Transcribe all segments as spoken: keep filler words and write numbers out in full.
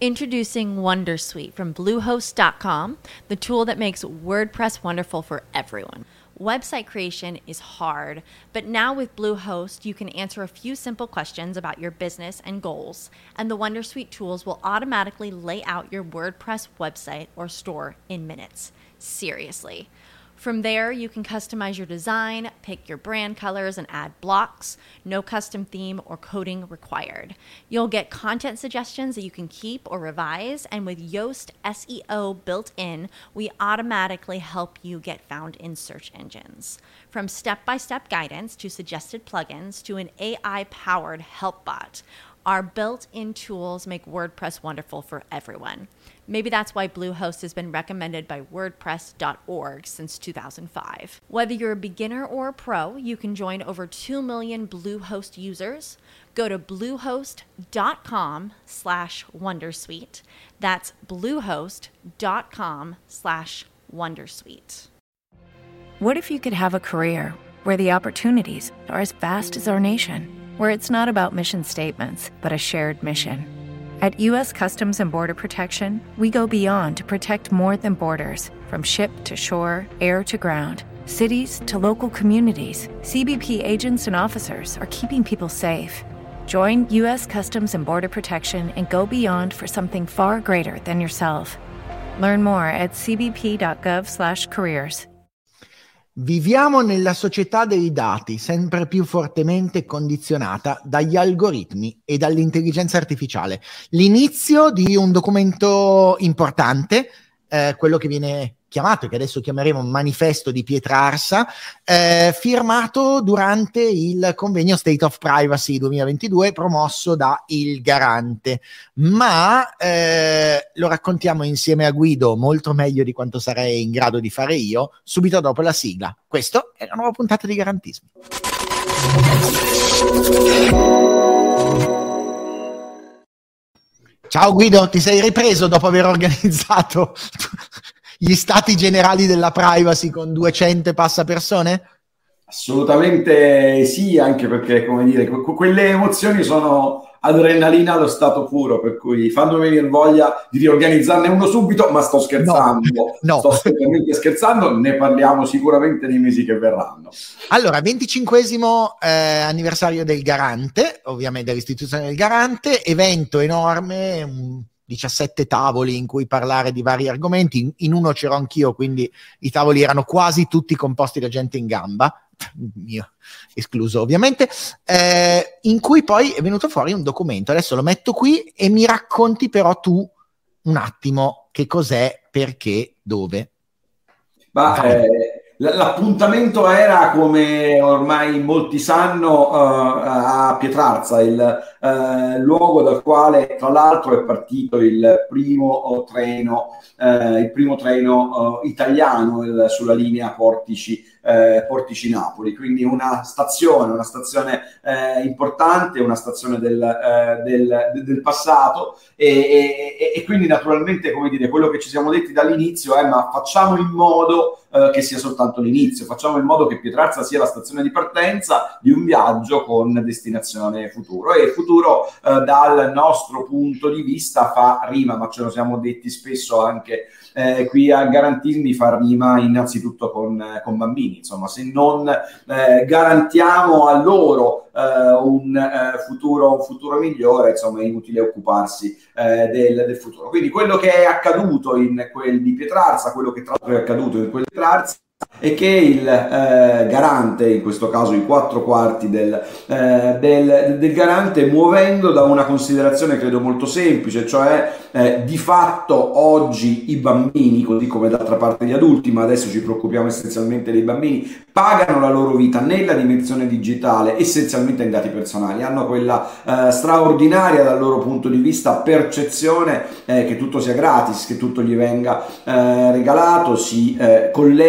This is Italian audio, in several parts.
Introducing Wondersuite from Bluehost dot com, the tool that makes WordPress wonderful for everyone. Website creation is hard, but now with Bluehost, you can answer a few simple questions about your business and goals, and the Wondersuite tools will automatically lay out your WordPress website or store in minutes. Seriously. From there, you can customize your design, pick your brand colors, and add blocks. No custom theme or coding required. You'll get content suggestions that you can keep or revise, and with Yoast S E O built in, we automatically help you get found in search engines. From step-by-step guidance to suggested plugins to an A I-powered help bot, our built-in tools make WordPress wonderful for everyone. Maybe that's why Bluehost has been recommended by WordPress dot org since two thousand five. Whether you're a beginner or a pro, you can join over two million Bluehost users. Go to bluehost dot com slash wondersuite. That's bluehost dot com slash wondersuite. What if you could have a career where the opportunities are as vast as our nation, where it's not about mission statements, but a shared mission? At U S Customs and Border Protection, we go beyond to protect more than borders. From ship to shore, air to ground, cities to local communities, C B P agents and officers are keeping people safe. Join U S Customs and Border Protection and go beyond for something far greater than yourself. Learn more at c b p dot gov slash careers. Viviamo nella società dei dati, sempre più fortemente condizionata dagli algoritmi e dall'intelligenza artificiale. L'inizio di un documento importante, eh, quello che viene chiamato, che adesso chiameremo Manifesto di Pietrarsa, eh, firmato durante il convegno State of Privacy duemilaventidue promosso da Il Garante, ma eh, lo raccontiamo insieme a Guido molto meglio di quanto sarei in grado di fare io subito dopo la sigla. Questo è una nuova puntata di Garantismo. Ciao Guido, ti sei ripreso dopo aver organizzato gli stati generali della privacy con duecento e passa persone? Assolutamente sì, anche perché, come dire, que- quelle emozioni sono adrenalina allo stato puro, per cui fanno venire voglia di riorganizzarne uno subito, ma sto scherzando, no, no. sto assolutamente scherzando, ne parliamo sicuramente nei mesi che verranno. Allora, venticinquesimo eh, anniversario del Garante, ovviamente dell'istituzione del Garante, evento enorme, un diciassette tavoli in cui parlare di vari argomenti, in uno c'ero anch'io, quindi i tavoli erano quasi tutti composti da gente in gamba, mio escluso ovviamente, eh, in cui poi è venuto fuori un documento. Adesso lo metto qui e mi racconti però tu un attimo che cos'è, perché, dove. Ma eh, l'appuntamento era, come ormai molti sanno, uh, a Pietrarsa, il uh, luogo dal quale tra l'altro è partito il primo treno, uh, il primo treno uh, italiano il, sulla linea Portici, uh, Portici-Napoli, quindi una stazione, una stazione uh, importante, una stazione del, uh, del, del passato e, e, e quindi naturalmente, come dire, quello che ci siamo detti dall'inizio è: ma facciamo in modo Uh, che sia soltanto l'inizio, facciamo in modo che Pietrarsa sia la stazione di partenza di un viaggio con destinazione futuro. E il futuro uh, dal nostro punto di vista fa rima, ma ce lo siamo detti spesso anche eh, qui a Garantismi, fa rima innanzitutto con, eh, con bambini. Insomma, se non eh, garantiamo a loro eh, un, eh, futuro, un futuro migliore, insomma è inutile occuparsi eh, del, del futuro. Quindi quello che è accaduto in quel di Pietrarsa, quello che tra l'altro è accaduto in quel di Pietrarsa, è che il eh, Garante, in questo caso i quattro quarti del, eh, del, del Garante, muovendo da una considerazione credo molto semplice, cioè eh, di fatto oggi i bambini, così come d'altra parte gli adulti, ma adesso ci preoccupiamo essenzialmente dei bambini, pagano la loro vita nella dimensione digitale essenzialmente in dati personali, hanno quella eh, straordinaria dal loro punto di vista percezione eh, che tutto sia gratis, che tutto gli venga eh, regalato, si eh, collegano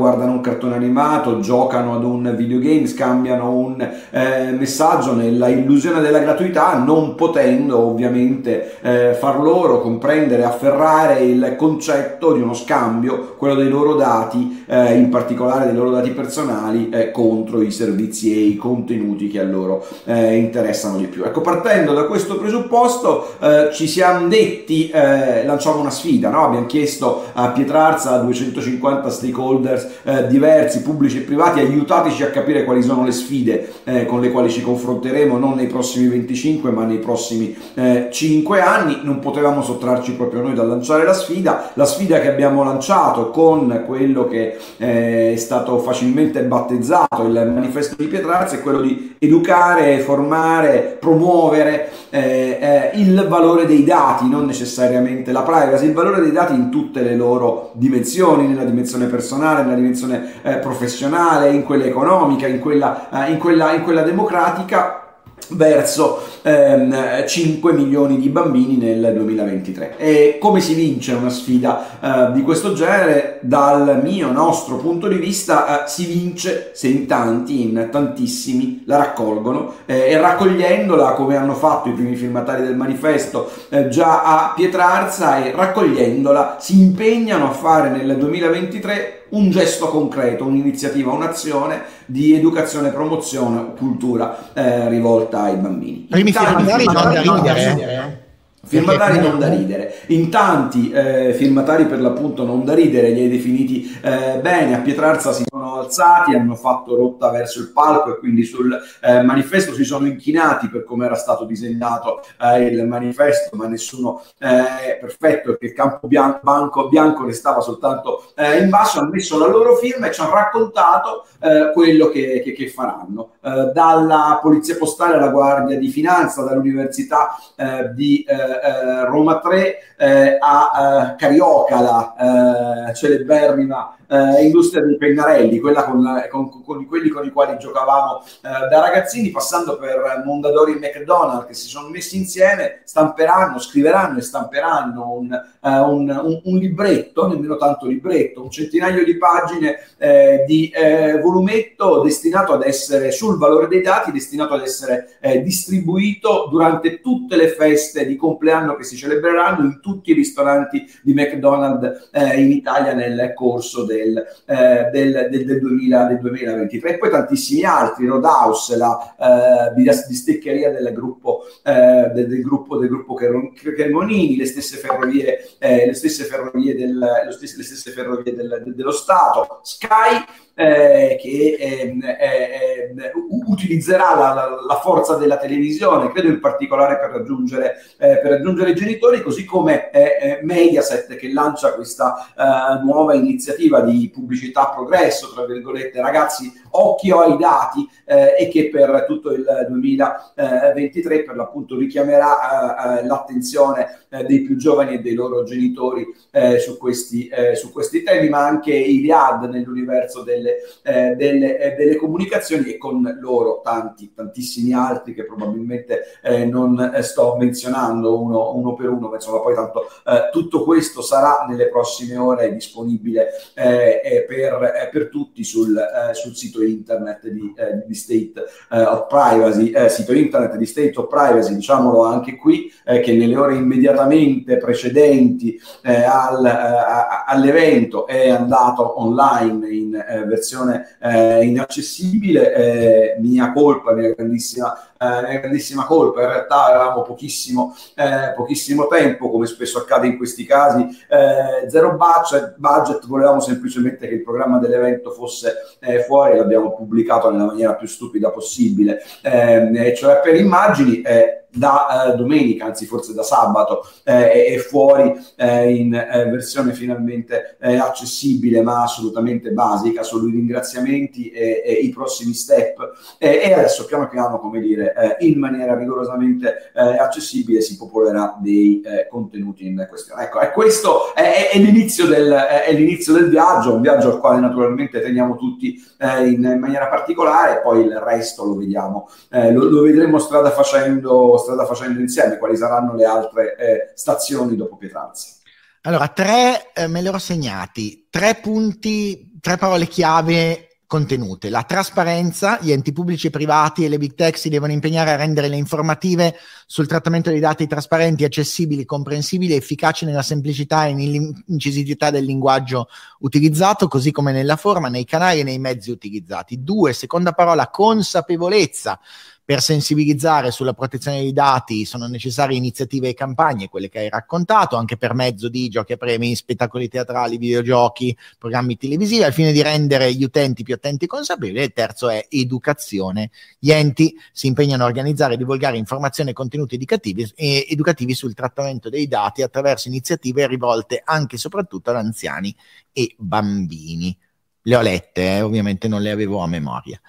guardano un cartone animato, giocano ad un videogame, scambiano un eh, messaggio nella illusione della gratuità, non potendo ovviamente eh, far loro comprendere, afferrare il concetto di uno scambio, quello dei loro dati, eh, in particolare dei loro dati personali, eh, contro i servizi e i contenuti che a loro eh, interessano di più. Ecco, partendo da questo presupposto eh, ci siamo detti, eh, lanciamo una sfida, no? Abbiamo chiesto a Pietrarsa, a duecentocinquanta stakeholders eh, diversi, pubblici e privati, aiutateci a capire quali sono le sfide eh, con le quali ci confronteremo non nei prossimi venticinque ma nei prossimi eh, cinque anni. Non potevamo sottrarci proprio noi dal lanciare la sfida, la sfida che abbiamo lanciato con quello che eh, è stato facilmente battezzato il manifesto di Pietrarsa è quello di educare, formare, promuovere eh, eh, il valore dei dati, non necessariamente la privacy, il valore dei dati in tutte le loro dimensioni, nella dimensione personale, nella dimensione eh, professionale, in quella economica, in quella, eh, in quella, in quella democratica, verso ehm, cinque milioni di bambini nel duemilaventitré. E come si vince una sfida eh, di questo genere? Dal mio nostro punto di vista eh, si vince se in tanti, in tantissimi la raccolgono eh, e raccogliendola, come hanno fatto i primi firmatari del manifesto eh, già a Pietrarsa, e raccogliendola si impegnano a fare nel duemilaventitré un gesto concreto, un'iniziativa, un'azione di educazione, promozione, cultura eh, rivolta ai bambini. Primi firmatari non da ridere. Firmatari non da ridere, in tanti eh, firmatari per l'appunto non da ridere, li hai definiti eh, bene. A Pietrarsa si sono alzati, hanno fatto rotta verso il palco e quindi sul eh, manifesto si sono inchinati per come era stato disegnato eh, il manifesto, ma nessuno è eh, perfetto, perché il campo bianco, banco bianco restava soltanto eh, in basso. Hanno messo la loro firma e ci hanno raccontato eh, quello che, che, che faranno, eh, dalla polizia postale alla guardia di finanza, dall'università eh, di eh, Eh, Roma tre eh, a eh, Carioca, la eh, celeberrima eh, industria dei pennarelli, quella con, con, con quelli con i quali giocavamo eh, da ragazzini, passando per Mondadori e McDonald's, che si sono messi insieme, stamperanno, scriveranno e stamperanno un, uh, un, un, un libretto, nemmeno tanto libretto, un centinaio di pagine eh, di eh, volumetto destinato ad essere, sul valore dei dati, destinato ad essere eh, distribuito durante tutte le feste di compleanno che si celebreranno in tutti i ristoranti di McDonald's eh, in Italia nel corso del Del, eh, del, del, del, duemila, del duemilaventitré, e poi tantissimi altri, Roadhouse, la eh, bisteccheria del gruppo, eh, del, del gruppo del gruppo Chermonini, le stesse ferrovie, eh, le stesse ferrovie, del, lo stesso, le stesse ferrovie del, del, dello Stato, Sky, Eh, che eh, eh, eh, utilizzerà la, la, la forza della televisione, credo in particolare per raggiungere, eh, per raggiungere i genitori, così come eh, eh, Mediaset, che lancia questa eh, nuova iniziativa di pubblicità progresso, tra virgolette, ragazzi, occhio ai dati, eh, e che per tutto il duemilaventitré per l'appunto richiamerà eh, l'attenzione eh, dei più giovani e dei loro genitori eh, su, questi, eh, su questi temi, ma anche Iliad nell'universo delle Eh, delle, eh, delle comunicazioni, e con loro tanti, tantissimi altri che probabilmente eh, non eh, sto menzionando uno, uno per uno, ma insomma poi tanto eh, tutto questo sarà nelle prossime ore disponibile eh, eh, per, eh, per tutti sul, eh, sul sito internet di, eh, di State eh, of Privacy, eh, sito internet di State of Privacy, diciamolo anche qui, eh, che nelle ore immediatamente precedenti eh, al, eh, all'evento è andato online in eh, versione eh, inaccessibile, eh, mia colpa, mia grandissima, eh, mia grandissima colpa. In realtà avevamo pochissimo, eh, pochissimo tempo, come spesso accade in questi casi, eh, zero budget, budget, volevamo semplicemente che il programma dell'evento fosse eh, fuori, l'abbiamo pubblicato nella maniera più stupida possibile, eh, cioè per immagini. Eh, da eh, domenica, anzi forse da sabato, eh, è fuori eh, in eh, versione finalmente eh, accessibile, ma assolutamente basica, solo i ringraziamenti e, e i prossimi step, e, e adesso piano piano, come dire, eh, in maniera rigorosamente eh, accessibile si popolerà dei eh, contenuti in questione. Ecco, e questo è, è, l'inizio del, è l'inizio del viaggio, un viaggio al quale naturalmente teniamo tutti eh, in maniera particolare, poi il resto lo vediamo, eh, lo, lo vedremo strada facendo strada facendo insieme, quali saranno le altre eh, stazioni dopo Pietrarsa. Allora, tre, eh, me li ero segnati, tre punti, tre parole chiave contenute. La trasparenza, gli enti pubblici e privati e le big tech si devono impegnare a rendere le informative sul trattamento dei dati trasparenti, accessibili, comprensibili, efficaci nella semplicità e nell'incisività del linguaggio utilizzato, così come nella forma, nei canali e nei mezzi utilizzati. Due, seconda parola, consapevolezza. Per sensibilizzare sulla protezione dei dati sono necessarie iniziative e campagne, quelle che hai raccontato, anche per mezzo di giochi a premi, spettacoli teatrali, videogiochi, programmi televisivi, al fine di rendere gli utenti più attenti e consapevoli. Il terzo è educazione. Gli enti si impegnano a organizzare e divulgare informazioni e contenuti educativi, e educativi sul trattamento dei dati attraverso iniziative rivolte anche e soprattutto ad anziani e bambini. Le ho lette, eh, ovviamente non le avevo a memoria.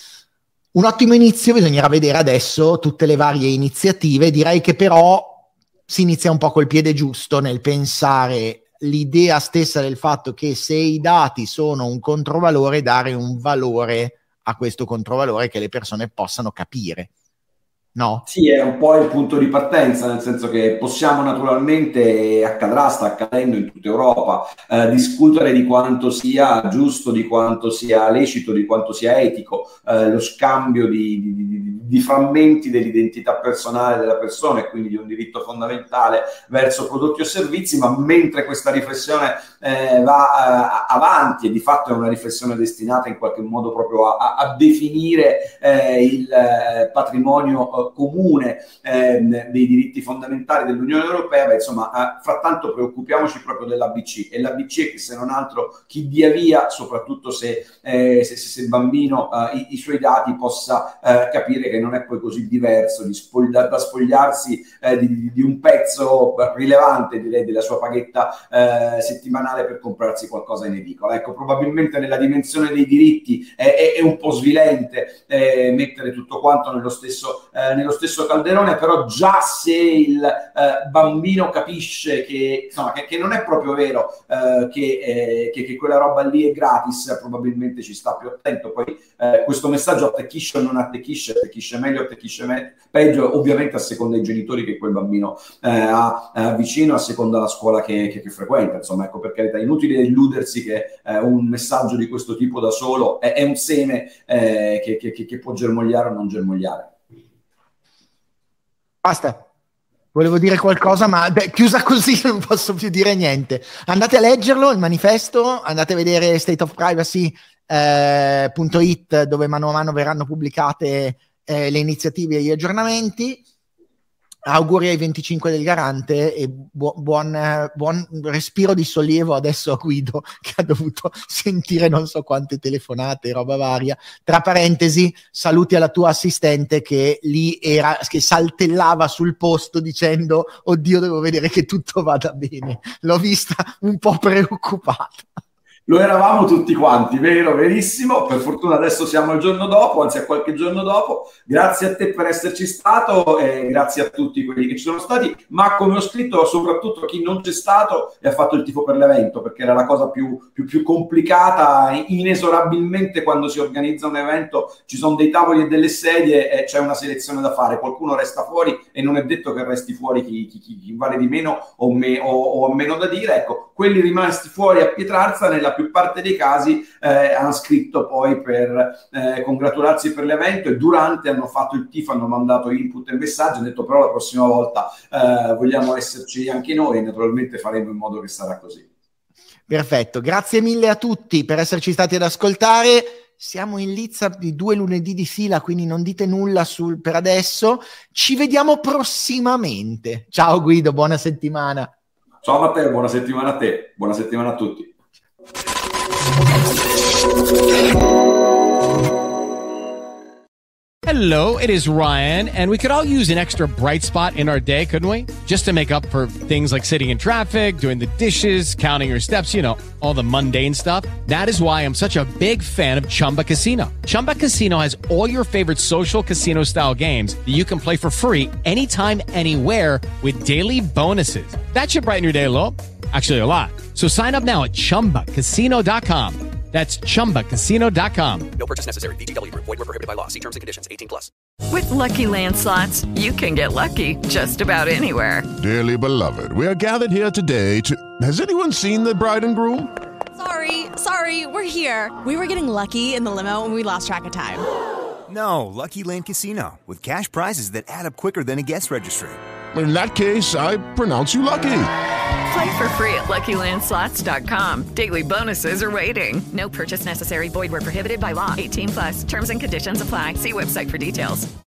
Un ottimo inizio, bisognerà vedere adesso tutte le varie iniziative. Direi che però si inizia un po' col piede giusto nel pensare l'idea stessa del fatto che se i dati sono un controvalore, dare un valore a questo controvalore che le persone possano capire. No? Sì, è un po' il punto di partenza, nel senso che possiamo naturalmente, accadrà, sta accadendo in tutta Europa, eh, discutere di quanto sia giusto, di quanto sia lecito, di quanto sia etico eh, lo scambio di, di, di, di frammenti dell'identità personale della persona e quindi di un diritto fondamentale verso prodotti o servizi, ma mentre questa riflessione eh, va eh, avanti, e di fatto è una riflessione destinata in qualche modo proprio a, a definire eh, il eh, patrimonio comune eh, dei diritti fondamentali dell'Unione Europea, beh, insomma, eh, frattanto preoccupiamoci proprio dell'A B C, e l'A B C è che se non altro chi dia via, soprattutto se, eh, se, se il bambino eh, i, i suoi dati possa eh, capire che non è poi così diverso di spoglia, da spogliarsi eh, di, di un pezzo rilevante, direi, della sua paghetta eh, settimanale per comprarsi qualcosa in edicola. Ecco, probabilmente nella dimensione dei diritti è, è, è un po' svilente eh, mettere tutto quanto nello stesso eh, nello stesso calderone, però già se il eh, bambino capisce che, insomma, che, che non è proprio vero eh, che, eh, che, che quella roba lì è gratis, probabilmente ci sta più attento. Poi eh, questo messaggio attecchisce o non attecchisce, attecchisce meglio, attecchisce me- peggio, ovviamente a seconda dei genitori che quel bambino eh, ha eh, vicino, a seconda della scuola che, che, che frequenta. Insomma, ecco, per carità, inutile illudersi che eh, un messaggio di questo tipo da solo è, è un seme eh, che, che, che può germogliare o non germogliare. Basta, volevo dire qualcosa, ma beh, chiusa così non posso più dire niente. Andate a leggerlo, il manifesto, andate a vedere state of privacy punto it, dove mano a mano verranno pubblicate eh, le iniziative e gli aggiornamenti. Auguri ai venticinque del Garante e bu- buon, buon respiro di sollievo adesso a Guido, che ha dovuto sentire non so quante telefonate, roba varia. Tra parentesi, saluti alla tua assistente che lì era, che saltellava sul posto dicendo oddio, devo vedere che tutto vada bene. L'ho vista un po' preoccupata. Lo eravamo tutti quanti, vero, verissimo. Per fortuna adesso siamo al giorno dopo, anzi a qualche giorno dopo. Grazie a te per esserci stato e grazie a tutti quelli che ci sono stati, ma come ho scritto soprattutto a chi non c'è stato e ha fatto il tifo per l'evento, perché era la cosa più, più, più complicata. Inesorabilmente quando si organizza un evento ci sono dei tavoli e delle sedie e c'è una selezione da fare, qualcuno resta fuori e non è detto che resti fuori chi, chi, chi, chi vale di meno o, me, o, o meno da dire. Ecco, quelli rimasti fuori a Pietrarsa nella più parte dei casi eh, hanno scritto poi per eh, congratularsi per l'evento, e durante hanno fatto il tifo, hanno mandato input e messaggi, hanno detto però la prossima volta eh, vogliamo esserci anche noi, e naturalmente faremo in modo che sarà così. Perfetto, grazie mille a tutti per esserci stati ad ascoltare. Siamo in lizza di due lunedì di fila, quindi non dite nulla sul per adesso. Ci vediamo prossimamente. Ciao Guido, buona settimana. Ciao Matteo, buona settimana a te, buona settimana a tutti. Hello, it is Ryan, and we could all use an extra bright spot in our day, couldn't we? Just to make up for things like sitting in traffic, doing the dishes, counting your steps, you know, all the mundane stuff. That is why I'm such a big fan of Chumba Casino. Chumba Casino has all your favorite social casino-style games that you can play for free anytime, anywhere with daily bonuses. That should brighten your day a little. Actually, a lot. So sign up now at chumba casino dot com. That's chumba casino dot com. No purchase necessary. V G W Group. Void where prohibited by law. See terms and conditions. eighteen plus. With Lucky Land Slots, you can get lucky just about anywhere. Dearly beloved, we are gathered here today to... Has anyone seen the bride and groom? Sorry, sorry, we're here. We were getting lucky in the limo and we lost track of time. No, Lucky Land Casino, with cash prizes that add up quicker than a guest registry. In that case, I pronounce you lucky. Play for free at Lucky Land Slots dot com. Daily bonuses are waiting. No purchase necessary. Void where prohibited by law. eighteen plus. Terms and conditions apply. See website for details.